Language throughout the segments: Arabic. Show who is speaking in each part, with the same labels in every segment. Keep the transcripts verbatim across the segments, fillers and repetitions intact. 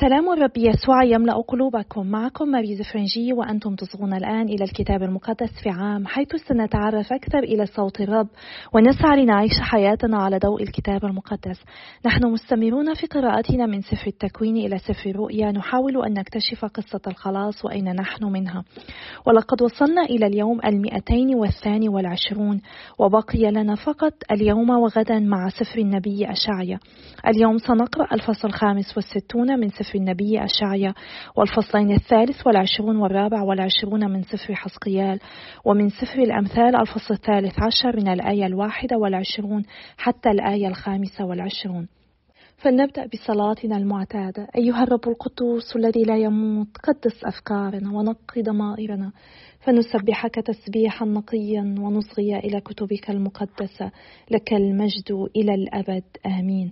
Speaker 1: سلام الرب يسوع يملأ قلوبكم. معكم ماريز فرنجي وأنتم تصغون الآن إلى الكتاب المقدس في عام، حيث سنتعرف أكثر إلى صوت الرب ونسعى لنعيش حياتنا على ضوء الكتاب المقدس. نحن مستمرون في قراءتنا من سفر التكوين إلى سفر الرؤيا، نحاول أن نكتشف قصة الخلاص وأين نحن منها. ولقد وصلنا إلى اليوم المئتين والثاني والعشرون، وبقي لنا فقط اليوم وغدا مع سفر النبي أشعيا. اليوم سنقرأ الفصل الخامس والستون من سفر النبي أشعيا، والفصلين الثالث والعشرون والرابع والعشرون من سفر حزقيال، ومن سفر الأمثال الفصل الثالث عشر من الآية الواحدة والعشرون حتى الآية الخامسة والعشرون. فلنبدأ بصلاتنا المعتادة. أيها الرب القدوس الذي لا يموت، قدس أفكارنا ونقي ضمائرنا، فنسبحك تسبيحا نقيا ونصغي إلى كتبك المقدسة. لك المجد إلى الأبد، آمين.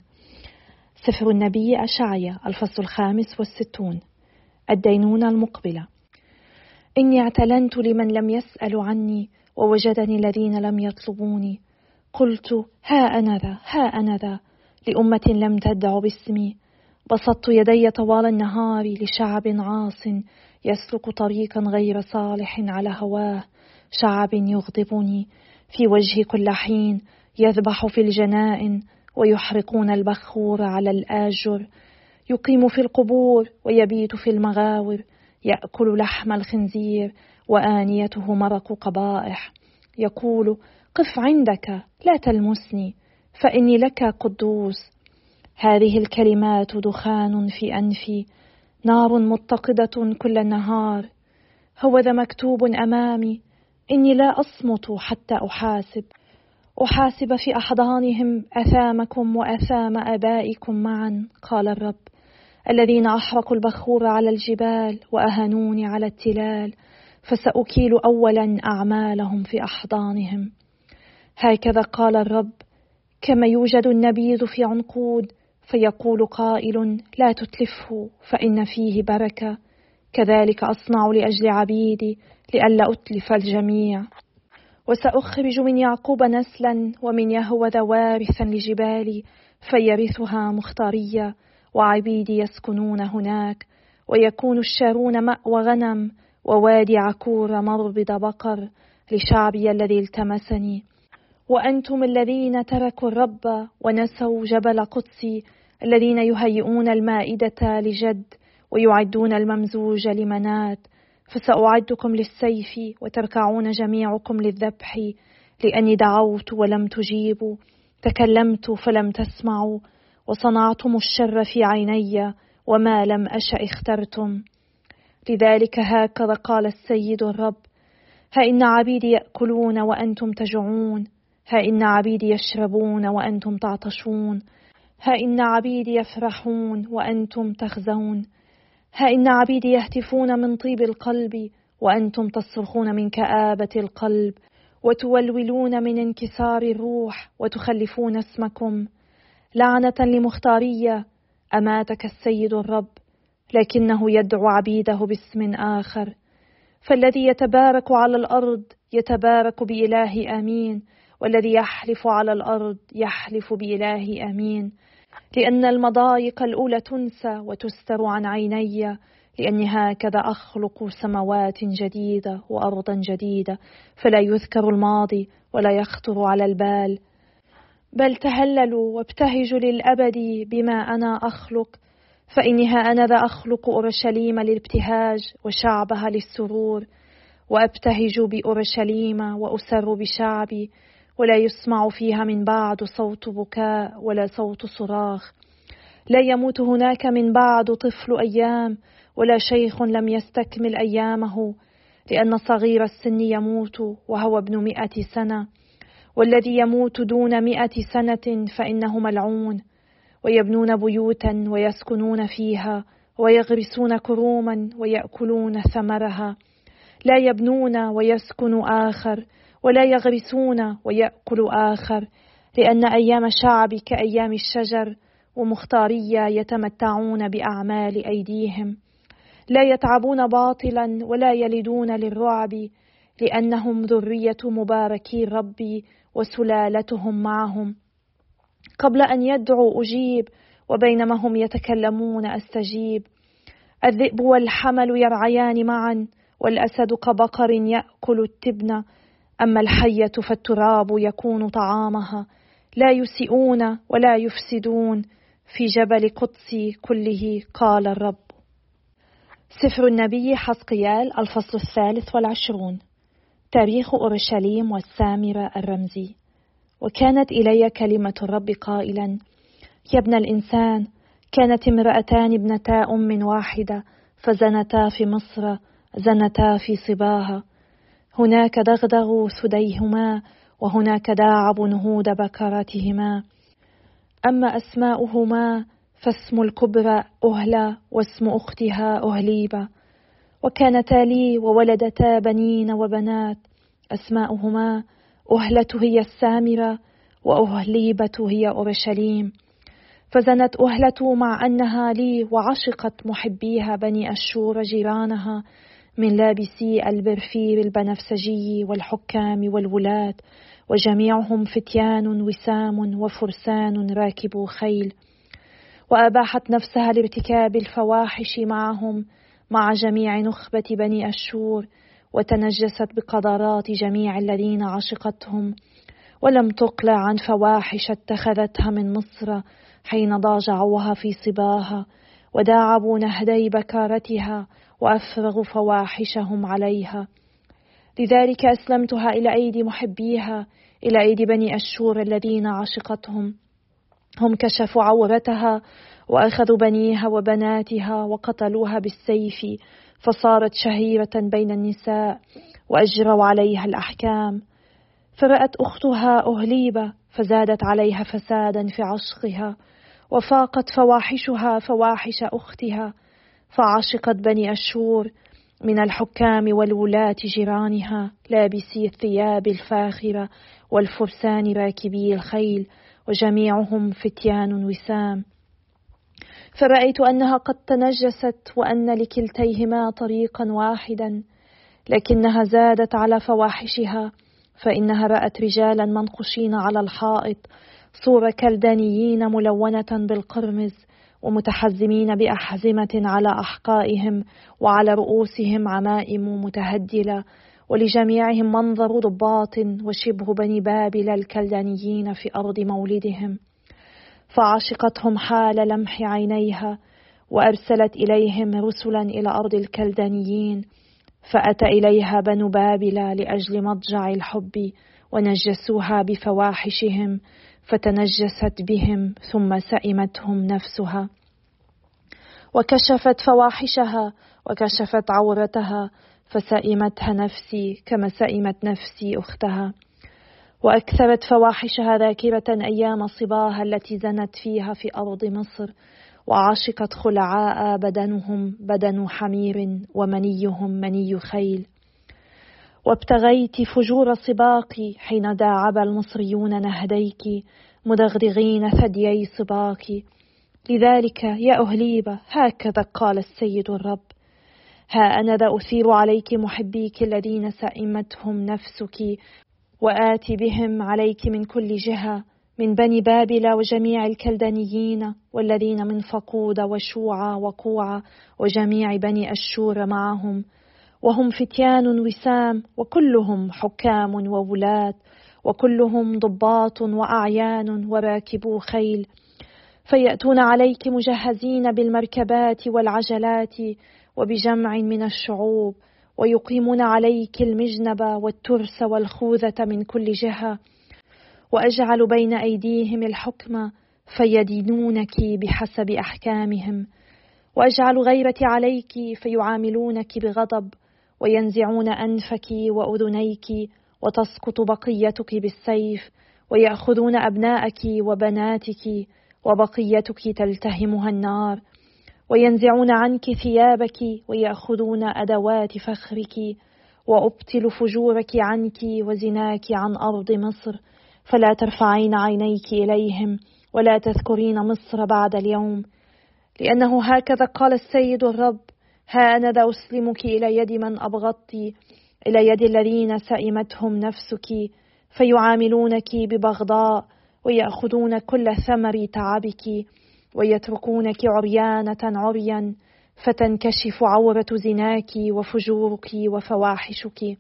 Speaker 1: سفر النبي أشعيا الفصل الخامس والستون. الدينونة المقبلة. إني اعتلنت لمن لم يسألوا عني، ووجدني الذين لم يطلبوني. قلت ها أنا ذا ها أنا ذا لأمة لم تدع باسمي. بسطت يدي طوال النهار لشعب عاص يسلك طريقا غير صالح على هواه، شعب يغضبني في وجه كل حين، يذبح في الجنائن ويحرقون البخور على الآجر، يقيم في القبور ويبيت في المغاور، يأكل لحم الخنزير وآنيته مرق قبائح. يقول قف عندك لا تلمسني فإني لك قدوس. هذه الكلمات دخان في أنفي، نار متقدة كل النهار. هوذا مكتوب أمامي، إني لا أصمت حتى أحاسب أحاسب في أحضانهم أثامكم وأثام آبائكم معا، قال الرب، الذين أحرقوا البخور على الجبال وأهنوني على التلال، فسأكيل أولا أعمالهم في أحضانهم. هكذا قال الرب، كما يوجد النبيذ في عنقود فيقول قائل لا تتلفه فإن فيه بركة، كذلك أصنع لأجل عبيدي لئلا أتلف الجميع. وسأخرج من يعقوب نسلا ومن يهوذا وارثا لجبالي، فيرثها مختارية وعبيدي يسكنون هناك، ويكون الشارون مأوى غنم ووادي عكور مربد بقر لشعبي الذي التمسني. وأنتم الذين تركوا الرب ونسوا جبل قدسي، الذين يهيئون المائدة لجد ويعدون الممزوج لمنات، فسأعدكم للسيف وتركعون جميعكم للذبح، لأني دعوت ولم تجيبوا، تكلمت فلم تسمعوا، وصنعتم الشر في عيني وما لم أشأ اخترتم. لذلك هكذا قال السيد الرب، ها إن عبيدي يأكلون وأنتم تجوعون، ها إن عبيدي يشربون وأنتم تعطشون، ها إن عبيدي يفرحون وأنتم تخزون، ها إن عبيدي يهتفون من طيب القلب وأنتم تصرخون من كآبة القلب، وتولولون من انكسار الروح وتخلفون اسمكم. لعنة لمختارية، أماتك السيد الرب، لكنه يدعو عبيده باسم آخر. فالذي يتبارك على الأرض يتبارك بإله آمين، والذي يحلف على الأرض يحلف بإله آمين. لأن المضايق الأولى تنسى وتستر عن عيني، لأني هكذا أخلق سماوات جديدة وأرضا جديدة، فلا يذكر الماضي ولا يخطر على البال. بل تهللوا وابتهجوا للأبد بما أنا أخلق، فإني ها أنا ذا أخلق أورشليم للابتهاج وشعبها للسرور، وأبتهج بأورشليم وأسر بشعبي، ولا يسمع فيها من بعد صوت بكاء ولا صوت صراخ. لا يموت هناك من بعد طفل أيام، ولا شيخ لم يستكمل أيامه، لأن صغير السن يموت وهو ابن مئة سنة، والذي يموت دون مئة سنة فإنه ملعون. ويبنون بيوتا ويسكنون فيها، ويغرسون كروما ويأكلون ثمرها. لا يبنون ويسكن آخر، ولا يغرسون ويأكل آخر، لأن أيام شعبي كأيام الشجر، ومختارية يتمتعون بأعمال أيديهم. لا يتعبون باطلا ولا يلدون للرعب، لأنهم ذرية مباركي ربي وسلالتهم معهم. قبل أن يدعوا أجيب، وبينما هم يتكلمون أستجيب. الذئب والحمل يرعيان معا، والأسد كبقر يأكل التبن. أما الحية فالتراب يكون طعامها، لا يسيئون ولا يفسدون في جبل قدسي كله، قال الرب. سفر النبي حزقيال، الفصل الثالث والعشرون. تاريخ أورشليم والسامرة الرمزي. وكانت إلي كلمة الرب قائلا: يا ابن الإنسان، كانت امرأتان ابنتا أم واحدة فزنتا في مصر، زنتا في صباها. هناك دغدغوا ثديهما، وهناك داعب نهود بكراتهما. أما أسماؤهما فاسم الكبرى أهلى، واسم أختها أهليبة. وكانتا لي وولدتا بنين وبنات، أسماؤهما أهلة هي السامرة، وأهليبة هي أورشليم. فزنت أهلة مع أنها لي، وعشقت محبيها بني أشور جيرانها من لابسي البرفير البنفسجي والحكام والولاة، وجميعهم فتيان وسام وفرسان راكبو خيل. وأباحت نفسها لارتكاب الفواحش معهم مع جميع نخبة بني أشور، وتنجست بقدرات جميع الذين عشقتهم، ولم تقلع عن فواحش اتخذتها من مصر حين ضاجعوها في صباها، وداعبوا نهدي بكارتها، وأفرغوا فواحشهم عليها. لذلك أسلمتها إلى أيدي محبيها، إلى أيدي بني أشور الذين عشقتهم. هم كشفوا عورتها، وأخذوا بنيها وبناتها وقتلوها بالسيف، فصارت شهيرة بين النساء، وأجروا عليها الأحكام. فرأت أختها أهليبة، فزادت عليها فسادا في عشقها، وفاقت فواحشها فواحش أختها، فعشقت بني أشور من الحكام والولاة جيرانها، لابسي الثياب الفاخرة والفرسان راكبي الخيل، وجميعهم فتيان وسام. فرأيت أنها قد تنجست، وأن لكلتيهما طريقا واحدا، لكنها زادت على فواحشها، فإنها رأت رجالا منقوشين على الحائط، صور كلدانيين ملونة بالقرمز، ومتحزمين بأحزمة على أحقائهم، وعلى رؤوسهم عمائم متهدلة، ولجميعهم منظر ضباط وشبه بني بابل الكلدانيين في أرض مولدهم. فعشقتهم حال لمح عينيها، وأرسلت إليهم رسلا إلى أرض الكلدانيين، فأتى إليها بنو بابل لأجل مضجع الحب، ونجسوها بفواحشهم، فتنجست بهم، ثم سئمتهم نفسها، وكشفت فواحشها، وكشفت عورتها، فسئمتها نفسي كما سئمت نفسي أختها. وأكثرت فواحشها ذاكرة أيام صباها التي زنت فيها في أرض مصر، وعشقت خلعاء بدنهم بدن حمير، ومنيهم مني خيل. وابتغيت فجور صباقي حين داعب المصريون نهديك، مدغدغين ثديي صباك. لذلك يا أهليبة هكذا قال السيد الرب: ها أنا ذا أثير عليك محبيك الذين سئمتهم نفسك، وآتي بهم عليك من كل جهة، من بني بابل وجميع الكلدانيين، والذين من فقود وشوع وقوع، وجميع بني أشور معهم، وهم فتيان وسام، وكلهم حكام وولاة، وكلهم ضباط وأعيان وراكبو خيل. فيأتون عليك مجهزين بالمركبات والعجلات وبجمع من الشعوب، ويقيمون عليك المجنب والترس والخوذة من كل جهة، وأجعل بين أيديهم الحكم فيدينونك بحسب أحكامهم، وأجعل غيرتي عليك فيعاملونك بغضب، وينزعون أنفك وأذنيك، وتسقط بقيتك بالسيف، ويأخذون أبناءك وبناتك، وبقيتك تلتهمها النار، وينزعون عنك ثيابك، ويأخذون أدوات فخرك، وأبطل فجورك عنك وزناك عن أرض مصر، فلا ترفعين عينيك إليهم، ولا تذكرين مصر بعد اليوم. لأنه هكذا قال السيد الرب: ها أنا ذا أسلمك إلى يد من أبغضت، إلى يد الذين سئمتهم نفسك، فيعاملونك ببغضاء، ويأخذون كل ثمر تعبك، ويتركونك عريانة عريا، فتنكشف عورة زناك وفجورك وفواحشك.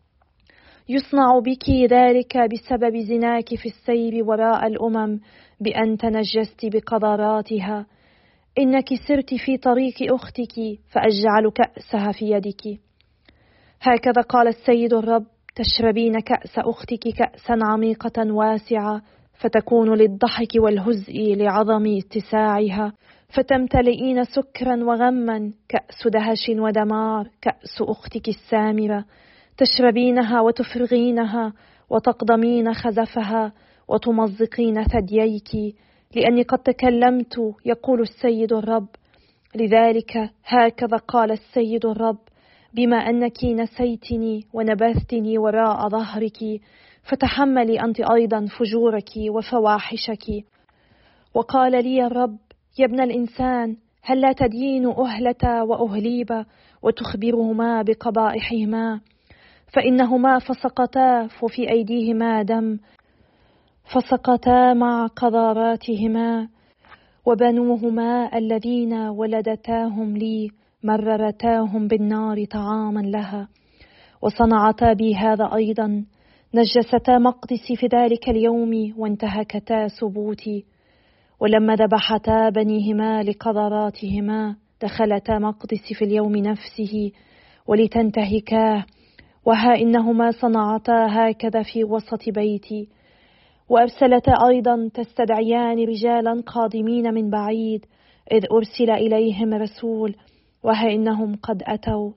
Speaker 1: يصنع بك ذلك بسبب زناك في السير وراء الأمم بأن تنجست بقذاراتها. إنك سرت في طريق أختك فأجعل كأسها في يدك. هكذا قال السيد الرب: تشربين كأس أختك كأسا عميقة واسعة، فتكون للضحك والهزء لعظم اتساعها، فتمتلئين سكرا وغما، كأس دهش ودمار، كأس أختك السامرة. تشربينها وتفرغينها وتقضمين خزفها وتمزقين ثدييك، لأني قد تكلمت، يقول السيد الرب. لذلك هكذا قال السيد الرب: بما أنك نسيتني ونبذتني وراء ظهرك، فتحملي أنت أيضا فجورك وفواحشك. وقال لي الرب: يا ابن الإنسان، هل لا تدين أهلة وأهليب وتخبرهما بقبائحهما؟ فإنهما فسقتا وفي أيديهما دم، فسقتا مع قذاراتهما، وبنوهما الذين ولدتاهم لي مررتاهم بالنار طعاما لها، وصنعتا بي هذا أيضا. نجستا مقدسي في ذلك اليوم وانتهكتا سبوتي. ولما ذبحتا بنيهما لقذراتهما دخلتا مقدسي في اليوم نفسه ولتنتهكاه. وها إنهما صنعتا هكذا في وسط بيتي. وأرسلتا أيضا تستدعيان رجالا قادمين من بعيد، إذ أرسل إليهم رسول، وها إنهم قد أتوا.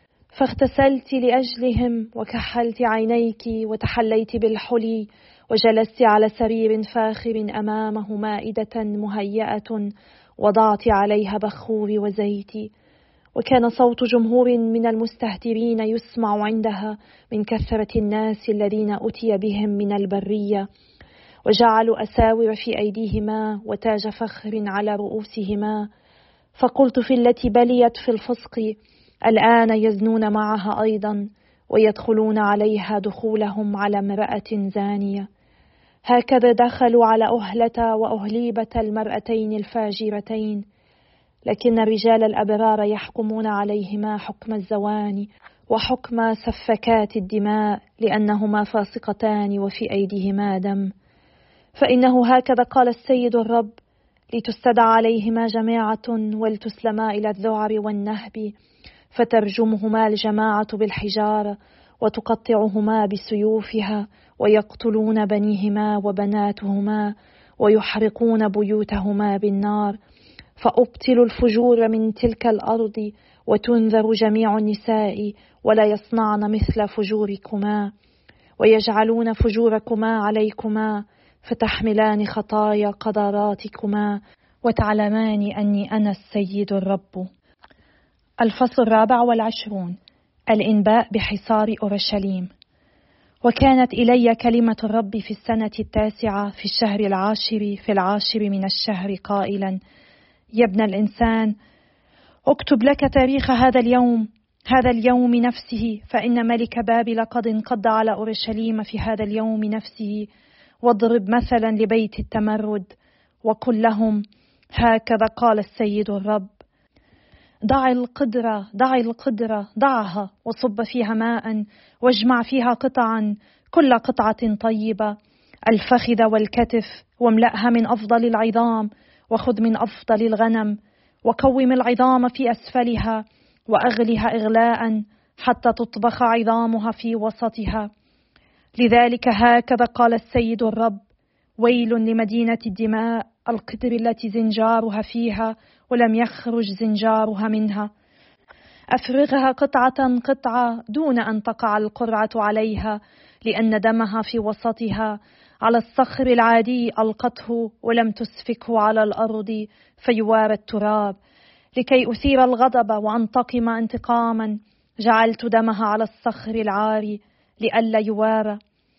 Speaker 1: فاغتسلت لأجلهم وكحلت عينيك وتحليت بالحلي، وجلست على سرير فاخر أمامه مائدة مهيئة وضعت عليها بخور وزيتي. وكان صوت جمهور من المستهترين يسمع عندها من كثرة الناس الذين أتي بهم من البرية، وجعلوا أساور في أيديهما وتاج فخر على رؤوسهما. فقلت في التي بليت في الفسق: الآن يزنون معها أيضا، ويدخلون عليها دخولهم على امرأة زانية. هكذا دخلوا على أهلة وأهليبة المرأتين الفاجرتين. لكن رجال الأبرار يحكمون عليهما حكم الزواني وحكم سفكات الدماء، لأنهما فاسقتان وفي أيديهما دم. فإنه هكذا قال السيد الرب: لتستدعى عليهما جماعة ولتسلما إلى الذعر والنهب، فترجمهما الجماعة بالحجارة وتقطعهما بسيوفها، ويقتلون بنيهما وبناتهما ويحرقون بيوتهما بالنار. فأبطل الفجور من تلك الأرض، وتنذر جميع النساء ولا يصنعن مثل فجوركما، ويجعلون فجوركما عليكما، فتحملان خطايا قذاراتكما، وتعلمان أني أنا السيد الرب. الفصل الرابع والعشرون: الإنباء بحصار أورشليم. وكانت إلي كلمة الرب في السنة التاسعة في الشهر العاشر في العاشر من الشهر قائلا: يا ابن الإنسان، اكتب لك تاريخ هذا اليوم هذا اليوم نفسه، فإن ملك بابل قد انقض على أورشليم في هذا اليوم نفسه. واضرب مثلا لبيت التمرد وقل لهم: هكذا قال السيد الرب: ضع القدرة ضع القدرة ضعها، وصب فيها ماء، واجمع فيها قطعا، كل قطعة طيبة، الفخذ والكتف، واملأها من أفضل العظام، وخذ من أفضل الغنم، وقوم العظام في أسفلها، وأغلها إغلاء حتى تطبخ عظامها في وسطها. لذلك هكذا قال السيد الرب: ويل لمدينة الدماء، القدر التي زنجارها فيها ولم يخرج زنجارها منها. أفرغها قطعة قطعة دون أن تقع القرعة عليها، لأن دمها في وسطها. على الصخر العادي ألقته ولم تسفكه على الأرض فيوارى التراب. لكي أثير الغضب وأنتقم انتقاما، جعلت دمها على الصخر العاري لئلا يوارى.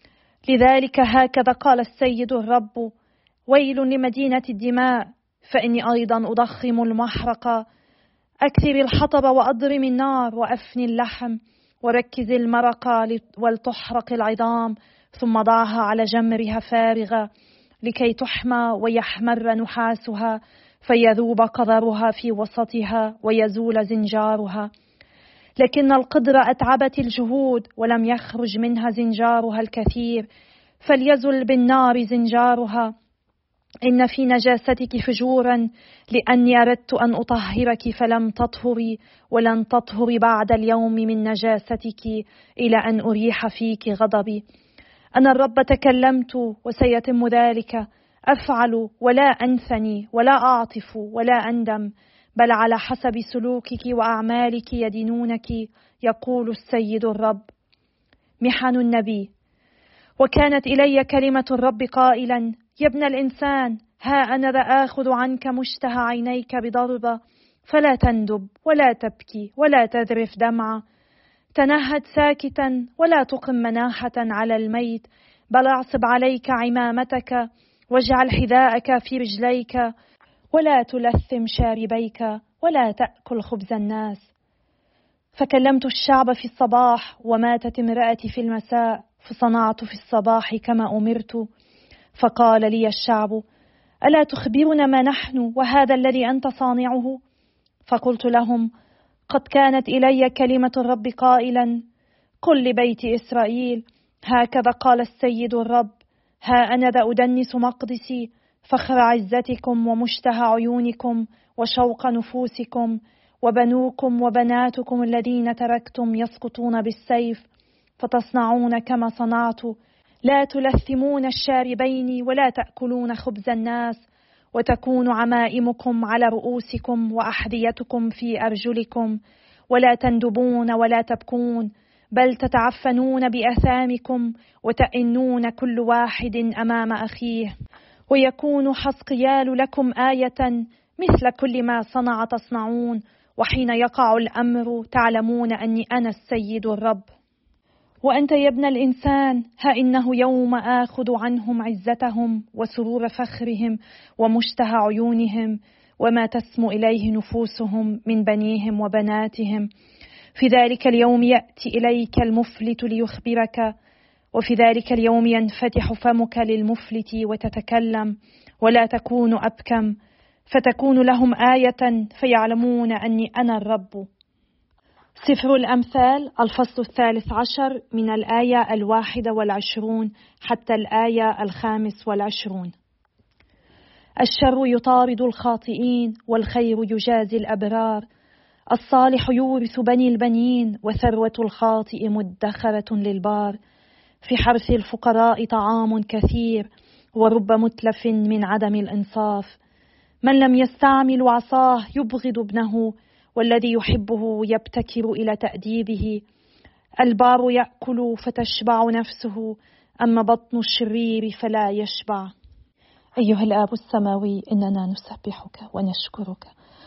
Speaker 1: لذلك هكذا قال السيد الرب: ويل لمدينة الدماء، فإني أيضا أضخم المحرقة. أكثر الحطب وأضرم النار وأفني اللحم، وركز المرقة ولتحرق العظام، ثم ضعها على جمرها فارغة لكي تحمى ويحمر نحاسها، فيذوب قرارها في وسطها ويزول زنجارها. لكن القدرة أتعبت الجهود ولم يخرج منها زنجارها الكثير، فليزل بالنار زنجارها. إن في نجاستك فجورا، لأني أردت أن أطهرك فلم تطهري، ولن تطهري بعد اليوم من نجاستك إلى أن أريح فيك غضبي. أنا الرب تكلمت وسيتم ذلك، أفعل ولا أنثني ولا أعطف ولا أندم، بل على حسب سلوكك وأعمالك يدينونك، يقول السيد الرب. محن النبي. وكانت إلي كلمة الرب قائلا: يا ابن الإنسان، ها أنا ذا آخذ عنك مشتهى عينيك بضربة، فلا تندب ولا تبكي ولا تذرف دمعة. تنهد ساكتا ولا تقم مناحة على الميت، بل اعصب عليك عمامتك واجعل حذاءك في رجليك، ولا تلثم شاربيك ولا تأكل خبز الناس. فكلمت الشعب في الصباح، وماتت امرأتي في المساء، فصنعت في الصباح كما أمرت. فقال لي الشعب: ألا تخبرنا ما نحن وهذا الذي أنت صانعه؟ فقلت لهم: قد كانت إلي كلمة الرب قائلا: قل لبيت إسرائيل: هكذا قال السيد الرب، ها أنا ذا أدنس مقدسي، فخر عزتكم ومشتهى عيونكم وشوق نفوسكم، وبنوكم وبناتكم الذين تركتم يسقطون بالسيف، فتصنعون كما صنعت، لا تلثمون الشاربين ولا تأكلون خبز الناس، وتكون عمائمكم على رؤوسكم وأحذيتكم في أرجلكم، ولا تندبون ولا تبكون، بل تتعفنون بأثامكم وتئنون كل واحد أمام أخيه. ويكون حسقيال لكم آية مثل كل ما صنع تصنعون، وحين يقع الأمر تعلمون أني أنا السيد الرب. وأنت يا ابن الإنسان، ها إنه يوم آخذ عنهم عزتهم وسرور فخرهم ومشتهى عيونهم وما تسمو إليه نفوسهم من بنيهم وبناتهم. في ذلك اليوم يأتي إليك المفلت ليخبرك، وفي ذلك اليوم ينفتح فمك للمفلت وتتكلم، ولا تكون أبكم، فتكون لهم آية فيعلمون أني أنا الرب. سفر الأمثال الفصل الثالث عشر من الآية الواحدة والعشرون حتى الآية الخامس والعشرون. الشر يطارد الخاطئين والخير يجازي الأبرار. الصالح يورث بني البنين وثروة الخاطئ مدخرة للبار. في حرث الفقراء طعام كثير ورب متلف من عدم الإنصاف. من لم يستعمل عصاه يبغض ابنه، والذي يحبه يبتكر إلى تأديبه. البار يأكل فتشبع نفسه، أما بطن الشرير فلا يشبع. أيها الآب السماوي، إننا نسبحك ونشكرك،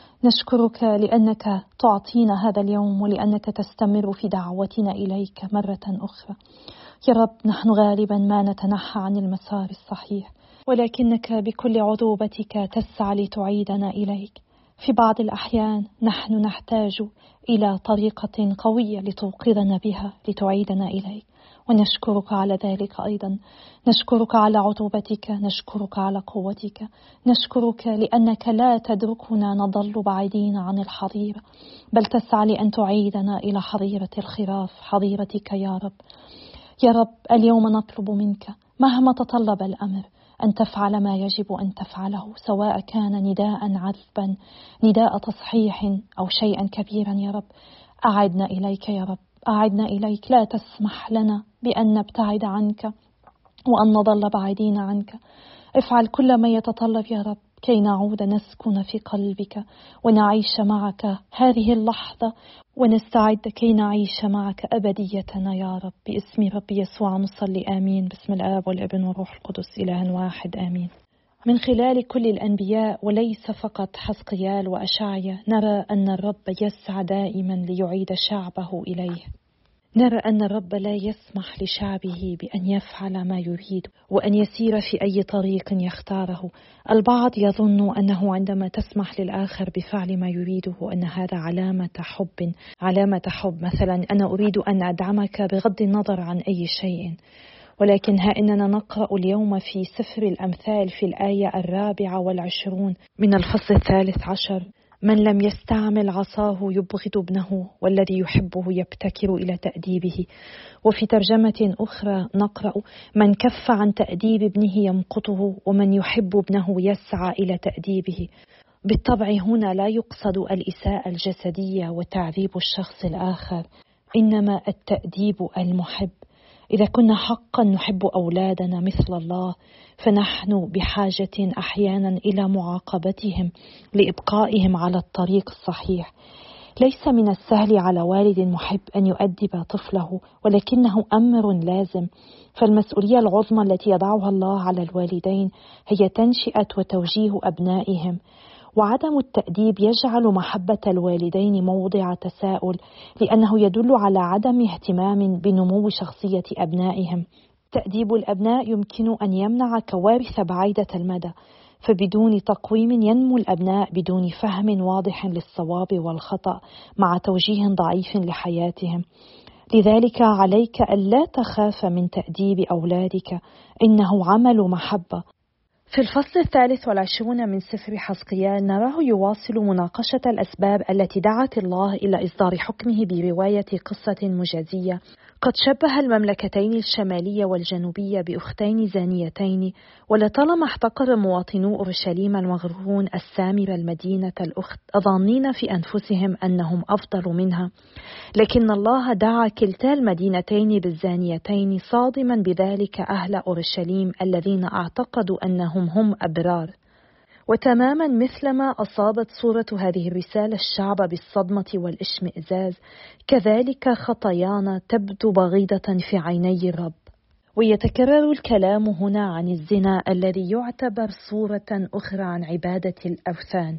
Speaker 1: نشكرك لأنك تعطينا هذا اليوم، ولأنك تستمر في دعوتنا إليك مرة أخرى. يا رب، نحن غالبا ما نتنحى عن المسار الصحيح، ولكنك بكل عذوبتك تسعى لتعيدنا إليك. في بعض الأحيان نحن نحتاج إلى طريقة قوية لتوقظنا بها لتعيدنا إليك، ونشكرك على ذلك أيضا. نشكرك على عذوبتك، نشكرك على قوتك، نشكرك لأنك لا تتركنا نضل بعيدين عن الحظيرة، بل تسعى لأن تعيدنا إلى حظيرة الخراف، حظيرتك يا رب. يا رب، اليوم نطلب منك مهما تطلب الأمر أن تفعل ما يجب أن تفعله، سواء كان نداء عذبا، نداء تصحيح، أو شيئا كبيرا. يا رب، أعدنا إليك يا رب، أعدنا إليك. لا تسمح لنا بأن نبتعد عنك وأن نظل بعيدين عنك. افعل كل ما يتطلب يا رب كي نعود نسكن في قلبك ونعيش معك هذه اللحظة، ونستعد كي نعيش معك أبديتنا يا رب. باسم رب يسوع نصلي آمين. باسم الآب والابن والروح القدس إله واحد آمين. من خلال كل الأنبياء وليس فقط حسقيال وأشعيا نرى أن الرب يسعى دائما ليعيد شعبه إليه. نرى أن الرب لا يسمح لشعبه بأن يفعل ما يريد وأن يسير في أي طريق يختاره. البعض يظن أنه عندما تسمح للآخر بفعل ما يريده أن هذا علامة حب، علامة حب. مثلا أنا أريد أن أدعمك بغض النظر عن أي شيء، ولكن ها إننا نقرأ اليوم في سفر الأمثال في الآية الرابعة والعشرون من الفصل الثالث عشر: من لم يستعمل عصاه يبغض ابنه، والذي يحبه يبتكر إلى تأديبه. وفي ترجمة أخرى نقرأ: من كف عن تأديب ابنه يمقته، ومن يحب ابنه يسعى إلى تأديبه. بالطبع هنا لا يقصد الإساءة الجسدية وتعذيب الشخص الآخر، إنما التأديب المحب. إذا كنا حقا نحب أولادنا مثل الله، فنحن بحاجة أحيانا إلى معاقبتهم لإبقائهم على الطريق الصحيح. ليس من السهل على والد محب أن يؤدب طفله، ولكنه أمر لازم. فالمسؤولية العظمى التي يضعها الله على الوالدين هي تنشئة وتوجيه أبنائهم، وعدم التأديب يجعل محبة الوالدين موضع تساؤل، لأنه يدل على عدم اهتمام بنمو شخصية أبنائهم. تأديب الأبناء يمكن أن يمنع كوارث بعيدة المدى، فبدون تقويم ينمو الأبناء بدون فهم واضح للصواب والخطأ مع توجيه ضعيف لحياتهم. لذلك عليك ألا تخاف من تأديب أولادك، إنه عمل محبة. في الفصل الثالث والعشرون من سفر حزقيال نراه يواصل مناقشة الأسباب التي دعت الله إلى إصدار حكمه برواية قصة مجازية قد شبه المملكتين الشمالية والجنوبية بأختين زانيتين، ولطالما احتقر مواطنو أورشليم المغرورون السامرة المدينة الأخت ظانين في أنفسهم أنهم أفضل منها، لكن الله دعا كلتا المدينتين بالزانيتين، صادما بذلك أهل أورشليم الذين اعتقدوا أنهم هم أبرار. وتماما مثلما أصابت صورة هذه الرسالة الشعب بالصدمة والاشمئزاز، كذلك خطايانا تبدو بغيضة في عيني الرب. ويتكرر الكلام هنا عن الزنا الذي يعتبر صورة أخرى عن عبادة الأوثان.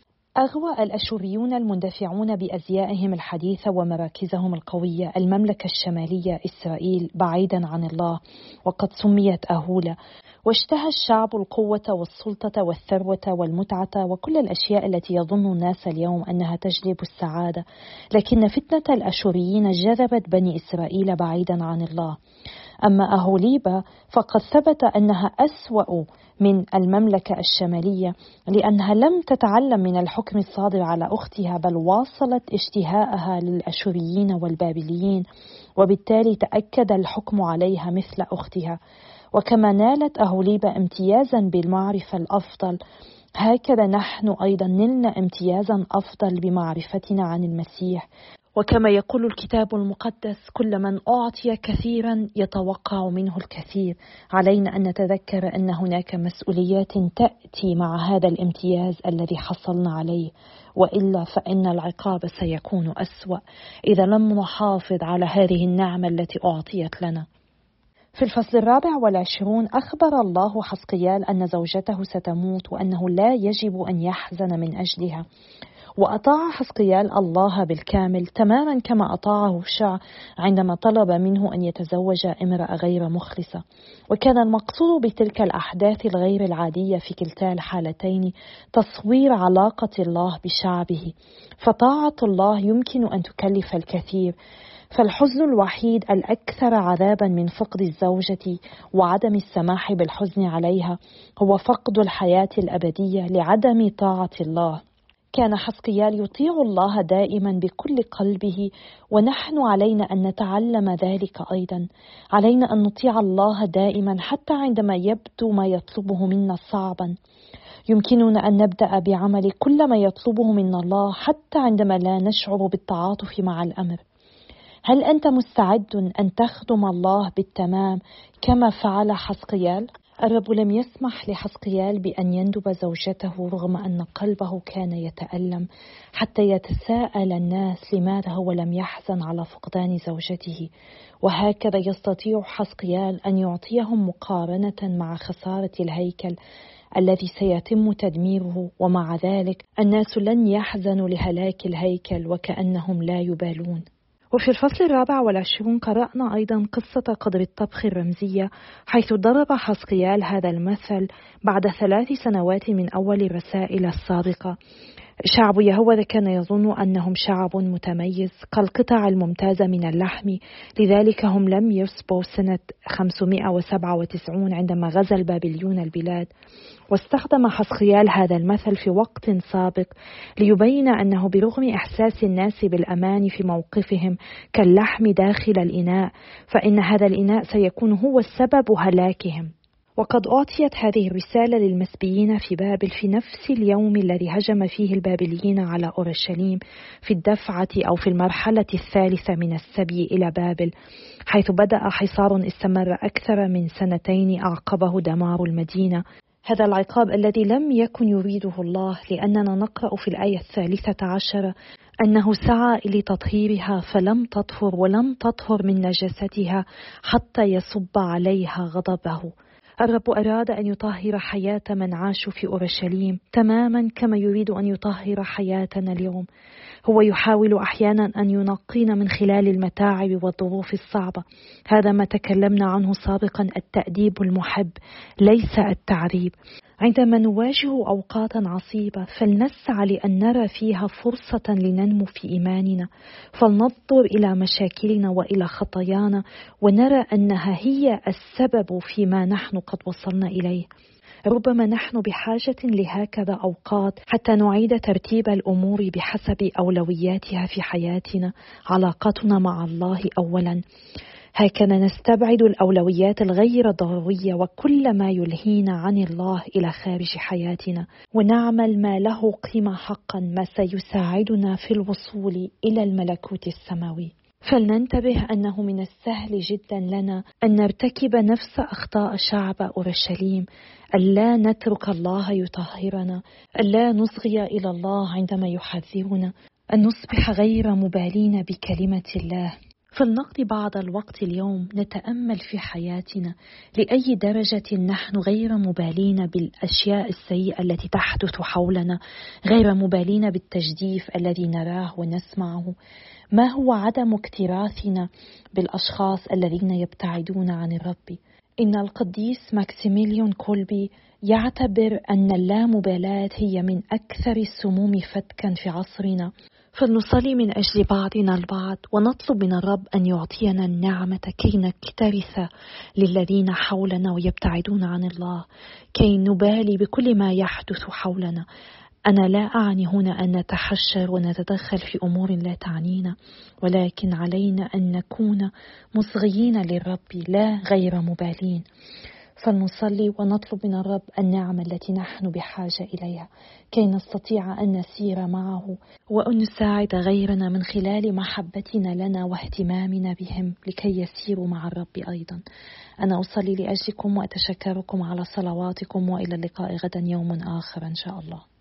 Speaker 1: أغوى الأشوريون المندفعون بأزيائهم الحديثة ومراكزهم القوية المملكة الشمالية إسرائيل بعيدا عن الله، وقد سميت أهولة. واشتهى الشعب القوة والسلطة والثروة والمتعة وكل الأشياء التي يظن الناس اليوم أنها تجلب السعادة، لكن فتنة الأشوريين جذبت بني إسرائيل بعيدا عن الله. أما أهوليبا فقد ثبت أنها أسوأ من المملكة الشمالية، لأنها لم تتعلم من الحكم الصادر على أختها، بل واصلت اشتهاءها للأشوريين والبابليين، وبالتالي تأكد الحكم عليها مثل أختها. وكما نالت أهوليبا امتيازا بالمعرفة الأفضل، هكذا نحن أيضا نلنا امتيازا أفضل بمعرفتنا عن المسيح. وكما يقول الكتاب المقدس: كل من أعطي كثيرا يتوقع منه الكثير. علينا أن نتذكر أن هناك مسؤوليات تأتي مع هذا الامتياز الذي حصلنا عليه، وإلا فإن العقاب سيكون أسوأ إذا لم نحافظ على هذه النعمة التي أعطيت لنا. في الفصل الرابع والعشرون أخبر الله حزقيال أن زوجته ستموت وأنه لا يجب أن يحزن من أجلها. وأطاع حزقيال الله بالكامل، تماما كما أطاعه هوشع عندما طلب منه أن يتزوج امرأة غير مخلصة. وكان المقصود بتلك الأحداث الغير العادية في كلتا الحالتين تصوير علاقة الله بشعبه، فطاعة الله يمكن أن تكلف الكثير. فالحزن الوحيد الأكثر عذابا من فقد الزوجة وعدم السماح بالحزن عليها هو فقد الحياة الأبدية لعدم طاعة الله. كان حزقيال يطيع الله دائما بكل قلبه، ونحن علينا أن نتعلم ذلك أيضا. علينا أن نطيع الله دائما حتى عندما يبدو ما يطلبه منا صعبا. يمكننا أن نبدأ بعمل كل ما يطلبه منا الله حتى عندما لا نشعر بالتعاطف مع الأمر. هل أنت مستعد أن تخدم الله بالتمام كما فعل حزقيال؟ الرب لم يسمح لحزقيال بأن يندب زوجته رغم أن قلبه كان يتألم، حتى يتساءل الناس لماذا هو لم يحزن على فقدان زوجته. وهكذا يستطيع حزقيال أن يعطيهم مقارنة مع خسارة الهيكل الذي سيتم تدميره، ومع ذلك الناس لن يحزنوا لهلاك الهيكل وكأنهم لا يبالون. وفي الفصل الرابع والعشرون قرأنا أيضا قصة قدر الطبخ الرمزية، حيث ضرب حزقيال هذا المثل بعد ثلاث سنوات من أول الرسائل الصادقة. شعب يهوذا كان يظن أنهم شعب متميز كالقطع الممتازة من اللحم، لذلك هم لم يصبوا سنة خمسمائة وسبعة وتسعين عندما غزا البابليون البلاد. واستخدم حسقيال هذا المثل في وقت سابق ليبين أنه برغم إحساس الناس بالأمان في موقفهم كاللحم داخل الإناء، فإن هذا الإناء سيكون هو السبب هلاكهم. وقد أعطيت هذه الرسالة للمسبيين في بابل في نفس اليوم الذي هجم فيه البابليين على أورشليم في الدفعة أو في المرحلة الثالثة من السبي إلى بابل، حيث بدأ حصار استمر أكثر من سنتين أعقبه دمار المدينة. هذا العقاب الذي لم يكن يريده الله، لأننا نقرأ في الآية الثالثة عشرة أنه سعى لتطهيرها فلم تطهر ولم تطهر من نجاستها حتى يصب عليها غضبه. الرب أراد أن يطهر حياة من عاشوا في أورشليم تماما كما يريد أن يطهر حياتنا اليوم. هو يحاول أحيانا أن ينقينا من خلال المتاعب والظروف الصعبة. هذا ما تكلمنا عنه سابقا، التأديب المحب ليس التعذيب. عندما نواجه أوقاتا عصيبة فلنسعى لأن نرى فيها فرصة لننمو في إيماننا، فلننظر إلى مشاكلنا وإلى خطايانا ونرى أنها هي السبب فيما نحن قد وصلنا إليه. ربما نحن بحاجة لهكذا أوقات حتى نعيد ترتيب الأمور بحسب أولوياتها في حياتنا. علاقتنا مع الله أولا، هكذا نستبعد الأولويات الغير ضرورية وكل ما يلهينا عن الله إلى خارج حياتنا، ونعمل ما له قيمة حقا، ما سيساعدنا في الوصول إلى الملكوت السماوي. فلننتبه أنه من السهل جدا لنا أن نرتكب نفس أخطاء شعب أورشليم، ألا نترك الله يطهرنا، ألا نصغي إلى الله عندما يحذرنا، أن نصبح غير مبالين بكلمة الله. فلنقضي بعض الوقت اليوم نتأمل في حياتنا لأي درجة نحن غير مبالين بالأشياء السيئة التي تحدث حولنا، غير مبالين بالتجديف الذي نراه ونسمعه. ما هو عدم اكتراثنا بالأشخاص الذين يبتعدون عن الرب؟ إن القديس ماكسيميليون كولبي يعتبر أن اللامبالاة هي من أكثر السموم فتكا في عصرنا. فلنصلي من أجل بعضنا البعض ونطلب من الرب أن يعطينا النعمة كي نكترث للذين حولنا ويبتعدون عن الله، كي نبالي بكل ما يحدث حولنا. أنا لا أعني هنا أن نتحشر ونتدخل في أمور لا تعنينا، ولكن علينا أن نكون مصغيين للرب لا غير مبالين. فلنصلي ونطلب من الرب النعمة التي نحن بحاجة إليها كي نستطيع أن نسير معه وأن نساعد غيرنا من خلال محبتنا لنا واهتمامنا بهم لكي يسيروا مع الرب أيضا. أنا أصلي لأجلكم وأتشكركم على صلواتكم، وإلى اللقاء غدا يوم آخر إن شاء الله.